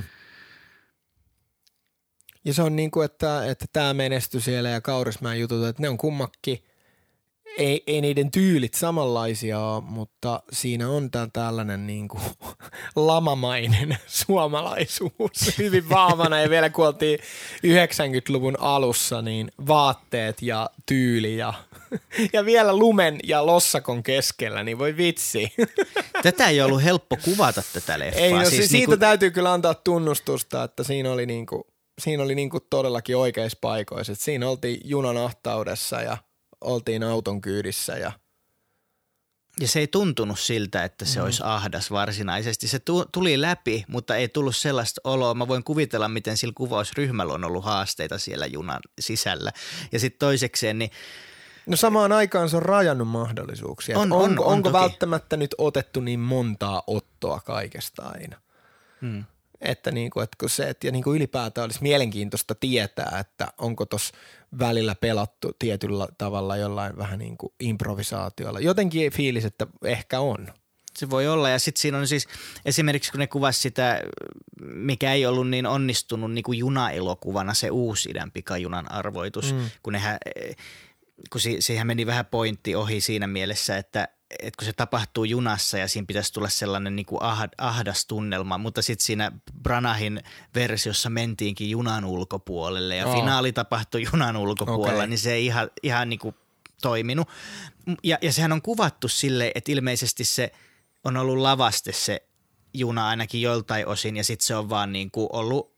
Ja se on niin kuin, että, että tämä menestyi siellä ja Kaurismäen jutut, että ne on kummakki. Ei, ei niiden tyylit samanlaisia ole, mutta siinä on tämän tällainen niin kuin lamamainen suomalaisuus hyvin vahvana. Ja vielä kun oltiin yhdeksänkymmentäluvun alussa, niin vaatteet ja tyyli ja, ja vielä lumen ja lossakon keskellä, niin voi vitsi. Tätä ei ollut helppo kuvata tätä leffaa. Ei, no siis siis siitä niinku täytyy kyllä antaa tunnustusta, että siinä oli, niin kuin, siinä oli niin kuin todellakin oikeissa paikoissa. Että siinä oltiin junan ahtaudessa ja oltiin auton kyydissä ja Ja se ei tuntunut siltä, että se mm. olisi ahdas varsinaisesti. Se tuli läpi, mutta ei tullut sellaista oloa. Mä voin kuvitella, miten sillä kuvausryhmällä on ollut haasteita siellä junan sisällä. Ja sitten toisekseen, niin no samaan aikaan se on rajannut mahdollisuuksia. On, onko on, on onko toki. välttämättä nyt otettu niin montaa ottoa kaikesta aina? Hmm. Että, niinku, että kun se, että ja niinku ylipäätään olisi mielenkiintoista tietää, että onko tuossa välillä pelattu tietyllä tavalla jollain vähän niin kuin improvisaatiolla. Jotenkin fiilis, että ehkä on. Se voi olla ja sitten siinä on siis esimerkiksi kun ne kuvasi sitä, mikä ei ollut niin onnistunut niin kuin junaelokuvana se uusi idän pikajunan arvoitus, mm. kun nehän, kun si- siihen meni vähän pointti ohi siinä mielessä, että että kun se tapahtuu junassa ja siinä pitäisi tulla sellainen niin kuin ah- ahdas tunnelma, mutta sitten siinä Branahin versiossa mentiinkin junan ulkopuolelle ja oh. finaali tapahtui junan ulkopuolella, okay. niin se ei ihan, ihan niin kuin toiminut. Ja, ja sehän on kuvattu silleen, että ilmeisesti se on ollut lavaste se juna ainakin joltain osin ja sitten se on vaan niin kuin ollut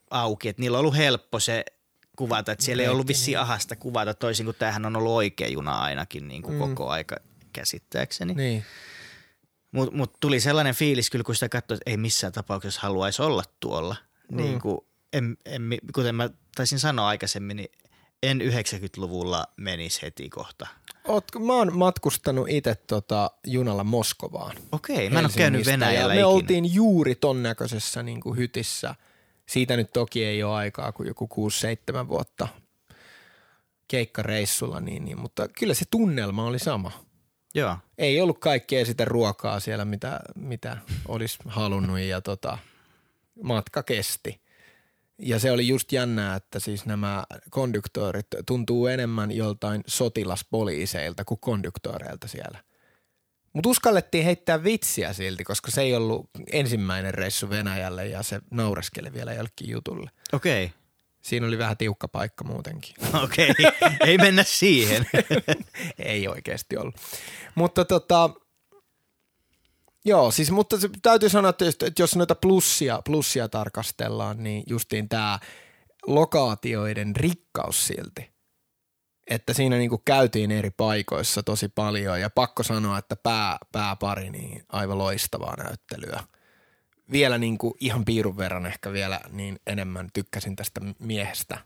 auki, että niillä on ollut helppo se kuvata, että siellä ei ollut vissiin ahasta kuvata toisin kuin tämähän on ollut oikea juna ainakin niin kuin mm. koko aika käsittääkseni. Niin. Mutta mut tuli sellainen fiilis kyllä, kun sitä katsoi, että ei missään tapauksessa haluaisi olla tuolla. Mm. Niin kuin, en, en, kuten mä taisin sanoa aikaisemmin, niin en yhdeksänkymmentäluvulla menisi heti kohta. Oot, mä oon matkustanut itse tota junalla Moskovaan. Okei, mä en ole käynyt Venäjällä me ikinä. oltiin juuri ton näköisessä niin kuin hytissä. Siitä nyt toki ei ole aikaa kuin joku kuusi seitsemän vuotta keikkareissulla, niin, niin, mutta kyllä se tunnelma oli sama. Joo. Ei ollut kaikkea sitä ruokaa siellä, mitä, mitä olisi halunnut ja tota, matka kesti. Ja se oli just jännää, että siis nämä konduktöörit tuntuu enemmän joltain sotilaspoliiseilta kuin konduktööreiltä siellä. Mutta uskallettiin heittää vitsiä silti, koska se ei ollut ensimmäinen reissu Venäjälle ja se naureskeli vielä jollekin jutulle. Okei. Okay. Siinä oli vähän tiukka paikka muutenkin. Okei, okay. Ei mennä siihen. Ei oikeasti ollut. Mutta tota, joo siis, mutta täytyy sanoa, että jos noita plussia, plussia tarkastellaan, niin justiin tämä lokaatioiden rikkaus silti. Että siinä niinku käytiin eri paikoissa tosi paljon ja pakko sanoa, että pää, pääpari niin aivan loistavaa näyttelyä. Vielä niinku ihan piirun verran ehkä vielä niin enemmän tykkäsin tästä miehestä.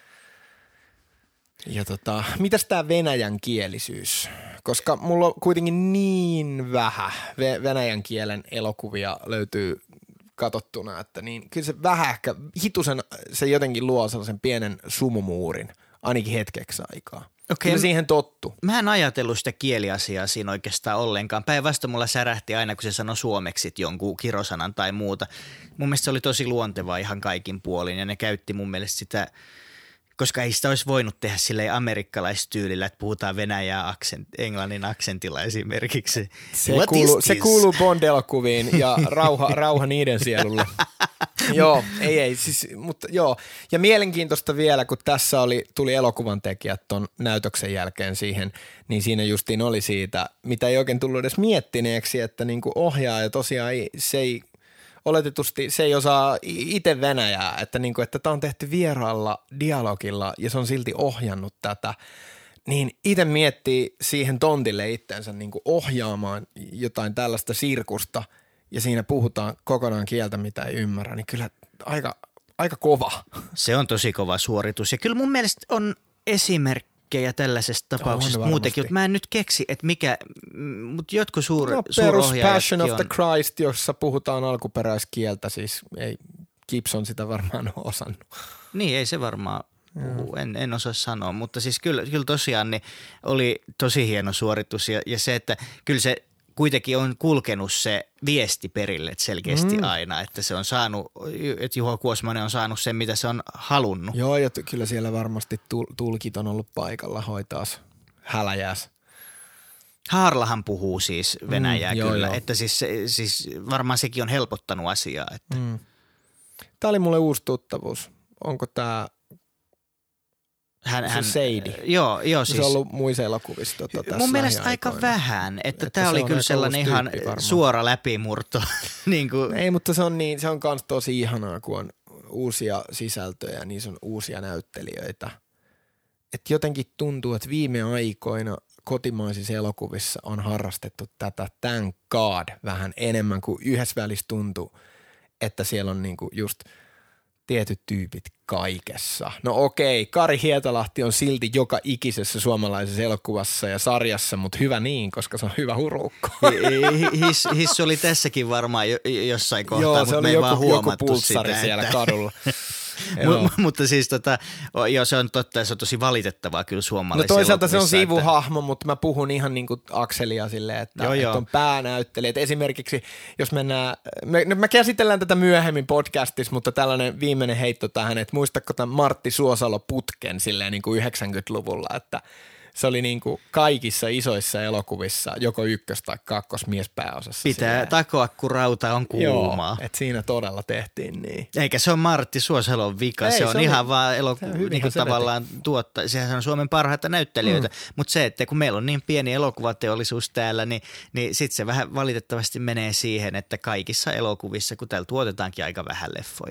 Ja tota, mitäs tää venäjän kielisyys? Koska mulla on kuitenkin niin vähän venäjän kielen elokuvia löytyy katsottuna, että niin kyllä se vähän ehkä hitusen se jotenkin luo sellaisen pienen sumumuurin. Ainakin hetkeksi aikaa. Okei. Kyllä siihen tottu. Mä en ajatellut sitä kieliasiaa siinä oikeastaan ollenkaan. Päinvastoin mulla särähti aina, kun se sanoi suomeksi jonkun kirosanan tai muuta. Mun mielestä se oli tosi luontevaa ihan kaikin puolin ja ne käytti mun mielestä sitä, koska ei sitä olisi voinut tehdä silleen amerikkalaistyylillä, että puhutaan venäjää aksent, englannin aksentilla esimerkiksi. Se, kuuluu, se kuuluu Bond-elokuviin ja rauha, rauha niiden sielulle. Joo, ei ei, siis, mutta joo. Ja mielenkiintoista vielä, kun tässä oli, tuli elokuvan tekijät ton näytöksen jälkeen siihen, niin siinä justiin oli siitä, mitä ei oikein tullut edes miettineeksi, että niinku ohjaaja tosiaan ei, se ei, oletetusti se ei osaa itse venäjää, että niinku, että tämä on tehty vieraalla dialogilla ja se on silti ohjannut tätä, niin itse miettii siihen tontille itsensä niinku ohjaamaan jotain tällaista sirkusta, ja siinä puhutaan kokonaan kieltä, mitä ei ymmärrä, niin kyllä aika, aika kova. Se on tosi kova suoritus. Ja kyllä mun mielestä on esimerkkejä tällaisesta tapauksesta muutenkin, mutta mä en nyt keksi, että mikä, mutta jotkut suur, no, suurohjaajatkin Passion of the Christ, jossa puhutaan alkuperäiskieltä, siis ei Gibson sitä varmaan ole osannut. Niin, ei se varmaan puhu, en, en osaa sanoa, mutta siis kyllä, kyllä tosiaan niin oli tosi hieno suoritus ja, ja se, että kyllä se kuitenkin on kulkenut se viesti perille selkeästi mm. aina, että se on saanut, että Juho Kuosmanen on saanut sen, mitä se on halunnut. Joo, ja t- kyllä siellä varmasti tulkit on ollut paikalla hoitaas häläjääs. Haarlahan puhuu siis venäjää mm, joo, kyllä, joo. Että siis, siis varmaan sekin on helpottanut asiaa. Että. Mm. Tämä oli mulle uusi tuttavuus. Onko tämä Hän, hän, Seidi. Joo, joo siis. Se on ollut muissa elokuvissa tota, tässä mun mielestä aika vähän, että, että tämä oli kyllä sellainen ihan suora läpimurto. niin kuin. Ei, mutta se on niin, se on kans tosi ihanaa, kun on uusia sisältöjä, niin se on uusia näyttelijöitä. Että jotenkin tuntuu, että viime aikoina kotimaisissa elokuvissa on harrastettu tätä thank God vähän enemmän kuin yhdessä välissä tuntuu, että siellä on niinku just tietyt tyypit kaikessa. No okei, Kari Hietalahti on silti joka ikisessä suomalaisessa elokuvassa ja sarjassa, mutta hyvä niin, koska se on hyvä hurukko. His, his oli tässäkin varmaan jo, jossain kohtaa, joo, mutta me ei joku, vaan huomattu joku sitä. siellä että kadulla. M- mutta siis tota, joo, se on totta, se on tosi valitettavaa kyllä suomalaisessa No toisaalta se on elokuvissa, sivuhahmo, että mutta mä puhun ihan niin kuin Akselia silleen, että, joo, että joo. on päänäyttelijät. Esimerkiksi jos mennään, me, me käsitellään tätä myöhemmin podcastissa, mutta tällainen viimeinen heitto tähän, että muistatko tämän Martti Suosalo-putken silleen niin kuin yhdeksänkymmentäluvulla, että se oli niin kuin kaikissa isoissa elokuvissa joko ykkös- tai kakkosmiespääosassa. Pitää silleen. Takoa, kun rauta on kuumaa. Joo, että siinä todella tehtiin niin. Eikä se on Martti Suosalon vika, Ei, se on se ihan on, vaan elokuva, niin kuin tavallaan tuottaa. Sehän on Suomen parhaita näyttelijöitä, mm. mutta se, että kun meillä on niin pieni elokuvateollisuus täällä, niin, niin sitten se vähän valitettavasti menee siihen, että kaikissa elokuvissa, kun täällä tuotetaankin aika vähän leffoja,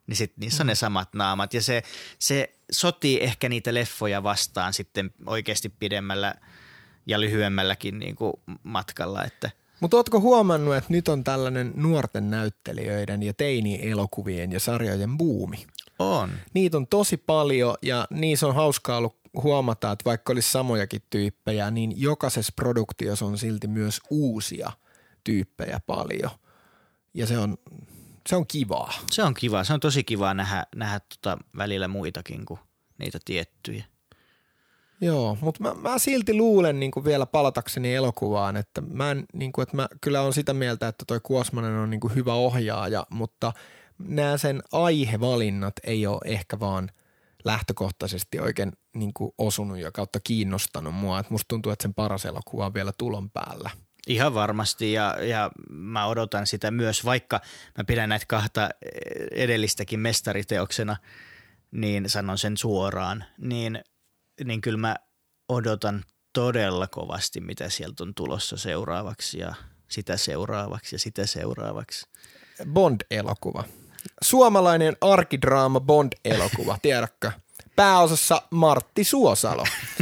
niin sitten niissä on ne samat naamat. Ja se, se sotii ehkä niitä leffoja vastaan sitten oikeasti pidemmällä ja lyhyemmälläkin niin kuin matkalla, että – mutta ootko huomannut, että nyt on tällainen nuorten näyttelijöiden ja teini-elokuvien ja sarjojen buumi? On. Niitä on tosi paljon ja niissä on hauskaa ollut huomata, että vaikka olisi samojakin tyyppejä, niin jokaisessa produktiossa on silti myös uusia tyyppejä paljon. Ja se on, se on kivaa. Se on kivaa. Se on tosi kivaa nähdä, nähdä tota välillä muitakin kuin niitä tiettyjä. Joo, mutta mä, mä silti luulen niin kuin vielä palatakseni elokuvaan, että mä, en, niin kuin, että mä kyllä on sitä mieltä, että toi Kuosmanen on niin kuin hyvä ohjaaja, mutta nämä sen aihevalinnat ei ole ehkä vaan lähtökohtaisesti oikein niin kuin osunut ja kautta kiinnostanut mua. Et musta tuntuu, että sen paras elokuva on vielä tulon päällä. Ihan varmasti ja, ja mä odotan sitä myös, vaikka mä pidän näitä kahta edellistäkin mestariteoksena, niin sanon sen suoraan, niin – niin kyllä mä odotan todella kovasti, mitä sieltä on tulossa seuraavaksi ja sitä seuraavaksi ja sitä seuraavaksi. Bond-elokuva. Suomalainen arkidraama Bond-elokuva, tiedätkö? Pääosassa Martti Suosalo.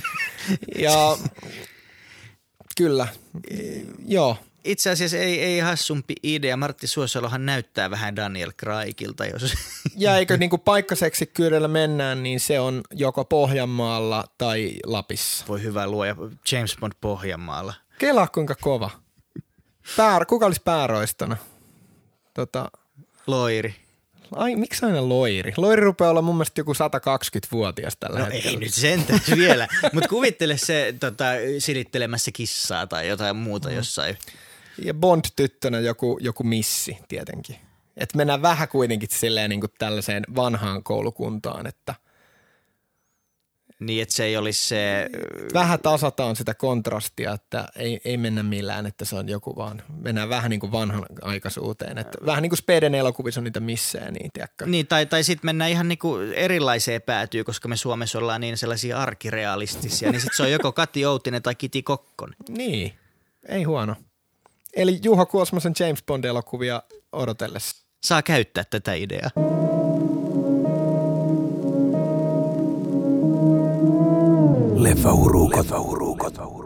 Ja kyllä, joo. Itse asiassa ei, ei hassumpi idea. Martti Suosalohan näyttää vähän Daniel Craigilta. Jos. Ja eikö niin kuin paikkaseksikkyydellä mennään, niin se on joko Pohjanmaalla tai Lapissa. Voi hyvä luoja. James Bond Pohjanmaalla. Kelaa kuinka kova. Pää, kuka olisi pääroistona? Tota, Loiri. Ai, miksi aina Loiri? Loiri rupeaa olla mun mielestä joku sata kaksikymmentävuotias tällä no hetkellä. Ei nyt sentäs vielä, mutta kuvittele se tota, silittelemässä kissaa tai jotain muuta mm. jossain. Ja Bond-tyttönä joku, joku missi tietenkin. Että mennään vähän kuitenkin silleen niin kuin tällaiseen vanhaan koulukuntaan, että niin, että se ei olisi se vähän tasataan sitä kontrastia, että ei, ei mennä millään, että se on joku vaan, mennään vähän niin kuin vanhan aikaisuuteen. Että vähän niin kuin Speden elokuvissa on niitä missejä, niin tiedätkö? Niin, tai, tai sitten mennään ihan niin kuin erilaiseen päätyy, koska me Suomessa ollaan niin sellaisia arkirealistisia, niin sitten se on joko Kati Outinen tai Kiti Kokkonen. Niin, ei huono. Eli Juha Kuosmasen James Bond-elokuvia odotellessa. Saa käyttää tätä ideaa. Leffa Urukot.